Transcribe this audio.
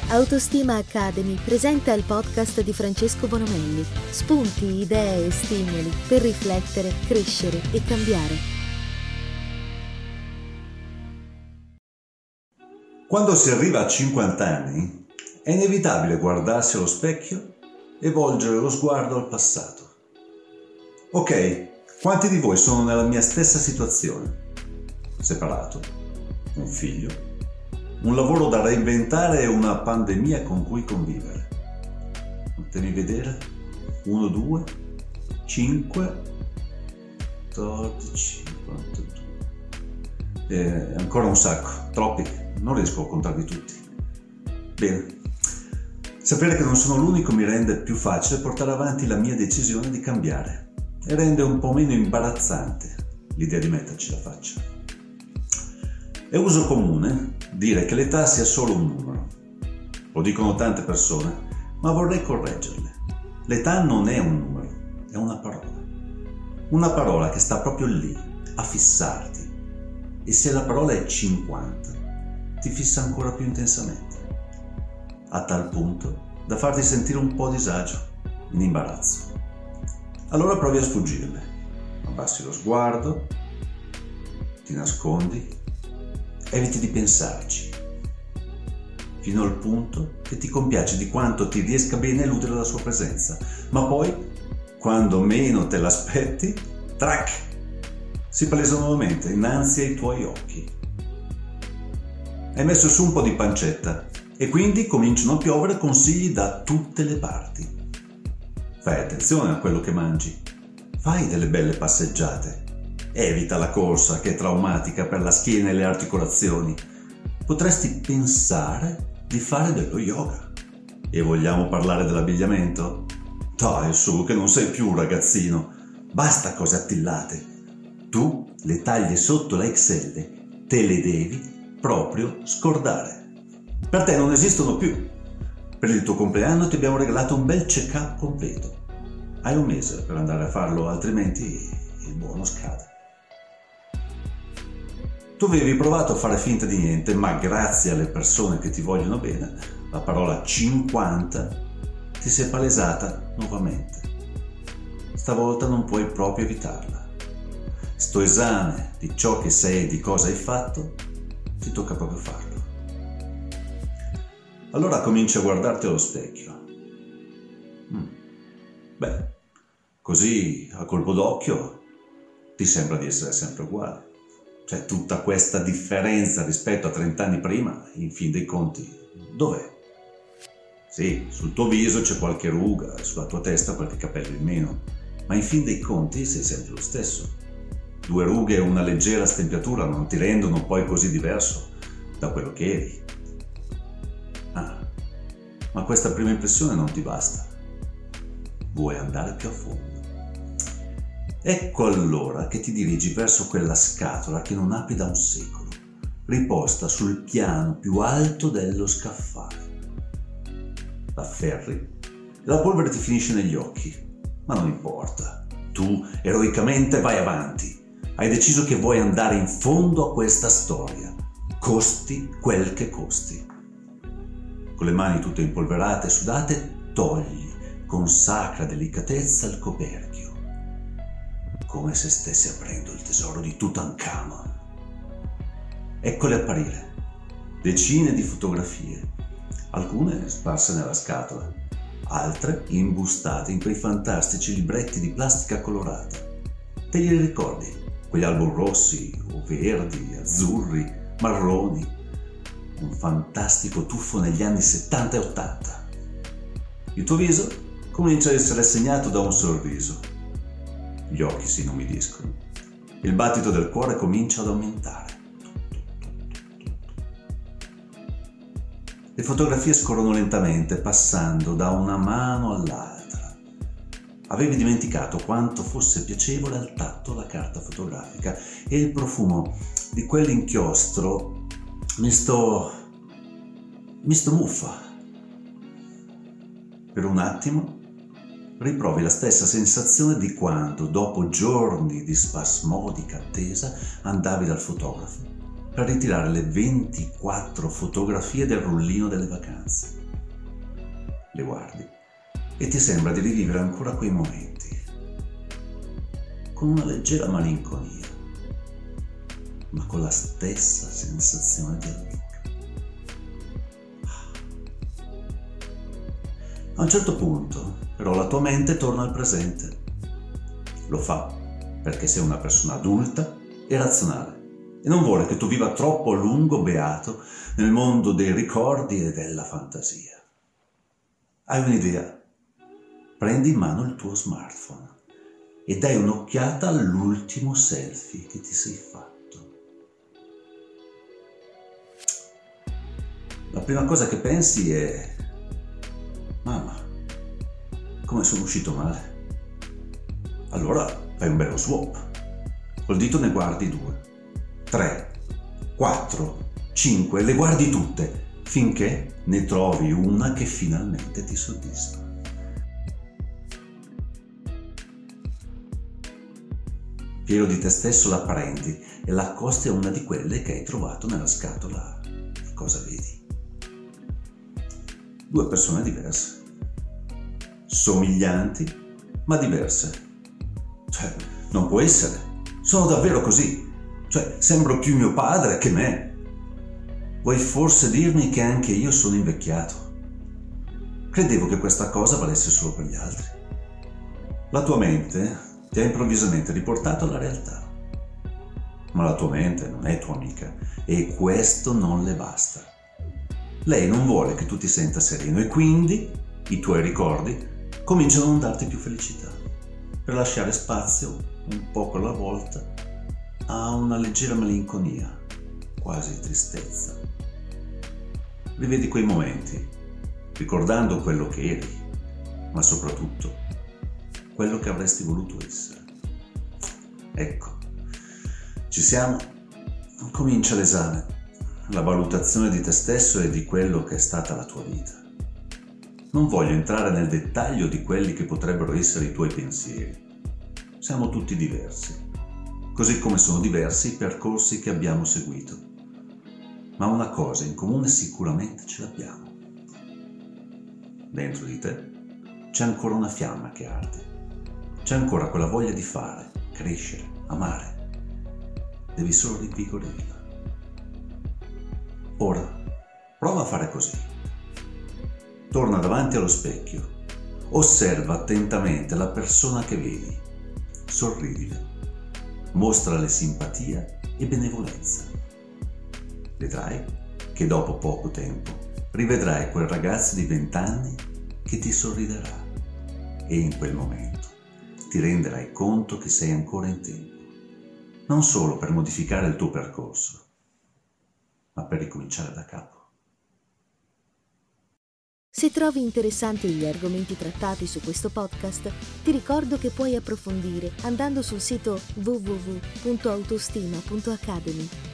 Autostima Academy presenta il podcast di Francesco Bonomelli. Spunti, idee e stimoli per riflettere, crescere e cambiare. Quando si arriva a 50 anni è inevitabile guardarsi allo specchio e volgere lo sguardo al passato. Ok, quanti di voi sono nella mia stessa situazione? Separato, un figlio, un lavoro da reinventare e una pandemia con cui convivere. Fatemi vedere. 1, 2, 5, 12, 52. Ancora un sacco, troppi, non riesco a contarvi tutti. Bene. Sapere che non sono l'unico mi rende più facile portare avanti la mia decisione di cambiare e rende un po' meno imbarazzante l'idea di metterci la faccia. È uso comune dire che l'età sia solo un numero. Lo dicono tante persone, ma vorrei correggerle. L'età non è un numero, è una parola. Una parola che sta proprio lì, a fissarti. E se la parola è 50, ti fissa ancora più intensamente. A tal punto da farti sentire un po' disagio, in imbarazzo. Allora provi a sfuggirle. Abbassi lo sguardo, ti nascondi, eviti di pensarci, fino al punto che ti compiaci di quanto ti riesca bene eludere la sua presenza. Ma poi, quando meno te l'aspetti, trac! Si palesa nuovamente innanzi ai tuoi occhi. Hai messo su un po' di pancetta e quindi cominciano a piovere consigli da tutte le parti. Fai attenzione a quello che mangi, fai delle belle passeggiate. Evita la corsa che è traumatica per la schiena e le articolazioni. Potresti pensare di fare dello yoga. E vogliamo parlare dell'abbigliamento? Dai su, che non sei più un ragazzino. Basta cose attillate. Tu le taglie sotto la XL te le devi proprio scordare. Per te non esistono più. Per il tuo compleanno ti abbiamo regalato un bel check-up completo. Hai un mese per andare a farlo, altrimenti il buono scade. Tu avevi provato a fare finta di niente, ma grazie alle persone che ti vogliono bene, la parola 50 ti si è palesata nuovamente. Stavolta non puoi proprio evitarla. Sto esame di ciò che sei e di cosa hai fatto, ti tocca proprio farlo. Allora cominci a guardarti allo specchio. Così a colpo d'occhio ti sembra di essere sempre uguale. Cioè, tutta questa differenza rispetto a 30 anni prima, in fin dei conti, dov'è? Sì, sul tuo viso c'è qualche ruga e sulla tua testa qualche capello in meno, ma in fin dei conti sei sempre lo stesso. 2 rughe e una leggera stempiatura non ti rendono poi così diverso da quello che eri. Ma questa prima impressione non ti basta. Vuoi andare più a fondo. Ecco allora che ti dirigi verso quella scatola che non apri da un secolo, riposta sul piano più alto dello scaffale. La afferri e la polvere ti finisce negli occhi, ma non importa. Tu eroicamente vai avanti. Hai deciso che vuoi andare in fondo a questa storia, costi quel che costi. Con le mani tutte impolverate e sudate, togli con sacra delicatezza il coperchio, come se stessi aprendo il tesoro di Tutankhamon. Eccole apparire, decine di fotografie, alcune sparse nella scatola, altre imbustate in quei fantastici libretti di plastica colorata. Te li ricordi? Quegli album rossi o verdi, azzurri, marroni, un fantastico tuffo negli anni 70 e 80. Il tuo viso comincia a essere segnato da un sorriso. Gli occhi si inumidiscono. Il battito del cuore comincia ad aumentare. Le fotografie scorrono lentamente, passando da una mano all'altra. Avevi dimenticato quanto fosse piacevole al tatto la carta fotografica e il profumo di quell'inchiostro misto muffa. Per un attimo riprovi la stessa sensazione di quando, dopo giorni di spasmodica attesa, andavi dal fotografo per ritirare le 24 fotografie del rullino delle vacanze. le guardi e ti sembra di rivivere ancora quei momenti, con una leggera malinconia, ma con la stessa sensazione di allora. A un certo punto, però, la tua mente torna al presente. Lo fa perché sei una persona adulta e razionale e non vuole che tu viva troppo a lungo beato nel mondo dei ricordi e della fantasia. Hai un'idea? Prendi in mano il tuo smartphone e dai un'occhiata all'ultimo selfie che ti sei fatto. La prima cosa che pensi è: mamma, come sono uscito male? Allora fai un bello swap. Col dito ne guardi 2, 3, 4, 5, le guardi tutte, finché ne trovi una che finalmente ti soddisfa. Fiero di te stesso la prendi e la accosti a una di quelle che hai trovato nella scatola. Che cosa vedi? 2 persone diverse, somiglianti ma diverse. Cioè, non può essere. Sono davvero così. Cioè, sembro più mio padre che me. Vuoi forse dirmi che anche io sono invecchiato? Credevo che questa cosa valesse solo per gli altri. La tua mente ti ha improvvisamente riportato alla realtà. Ma la tua mente non è tua amica e questo non le basta. Lei non vuole che tu ti senta sereno e quindi i tuoi ricordi cominciano a non darti più felicità, per lasciare spazio, un poco alla volta, a una leggera malinconia, quasi tristezza. Rivedi quei momenti, ricordando quello che eri, ma soprattutto quello che avresti voluto essere. Ecco, ci siamo. Comincia l'esame, la valutazione di te stesso e di quello che è stata la tua vita. Non voglio entrare nel dettaglio di quelli che potrebbero essere i tuoi pensieri. Siamo tutti diversi, così come sono diversi i percorsi che abbiamo seguito. Ma una cosa in comune sicuramente ce l'abbiamo. Dentro di te c'è ancora una fiamma che arde. C'è ancora quella voglia di fare, crescere, amare. Devi solo rinvigorirla. Ora, prova a fare così. Torna davanti allo specchio. Osserva attentamente la persona che vedi. Sorridile. Mostrale simpatia e benevolenza. Vedrai che dopo poco tempo rivedrai quel ragazzo di 20 anni che ti sorriderà e in quel momento ti renderai conto che sei ancora in tempo, non solo per modificare il tuo percorso, ma per ricominciare da capo. Se trovi interessanti gli argomenti trattati su questo podcast, ti ricordo che puoi approfondire andando sul sito www.autostima.academy.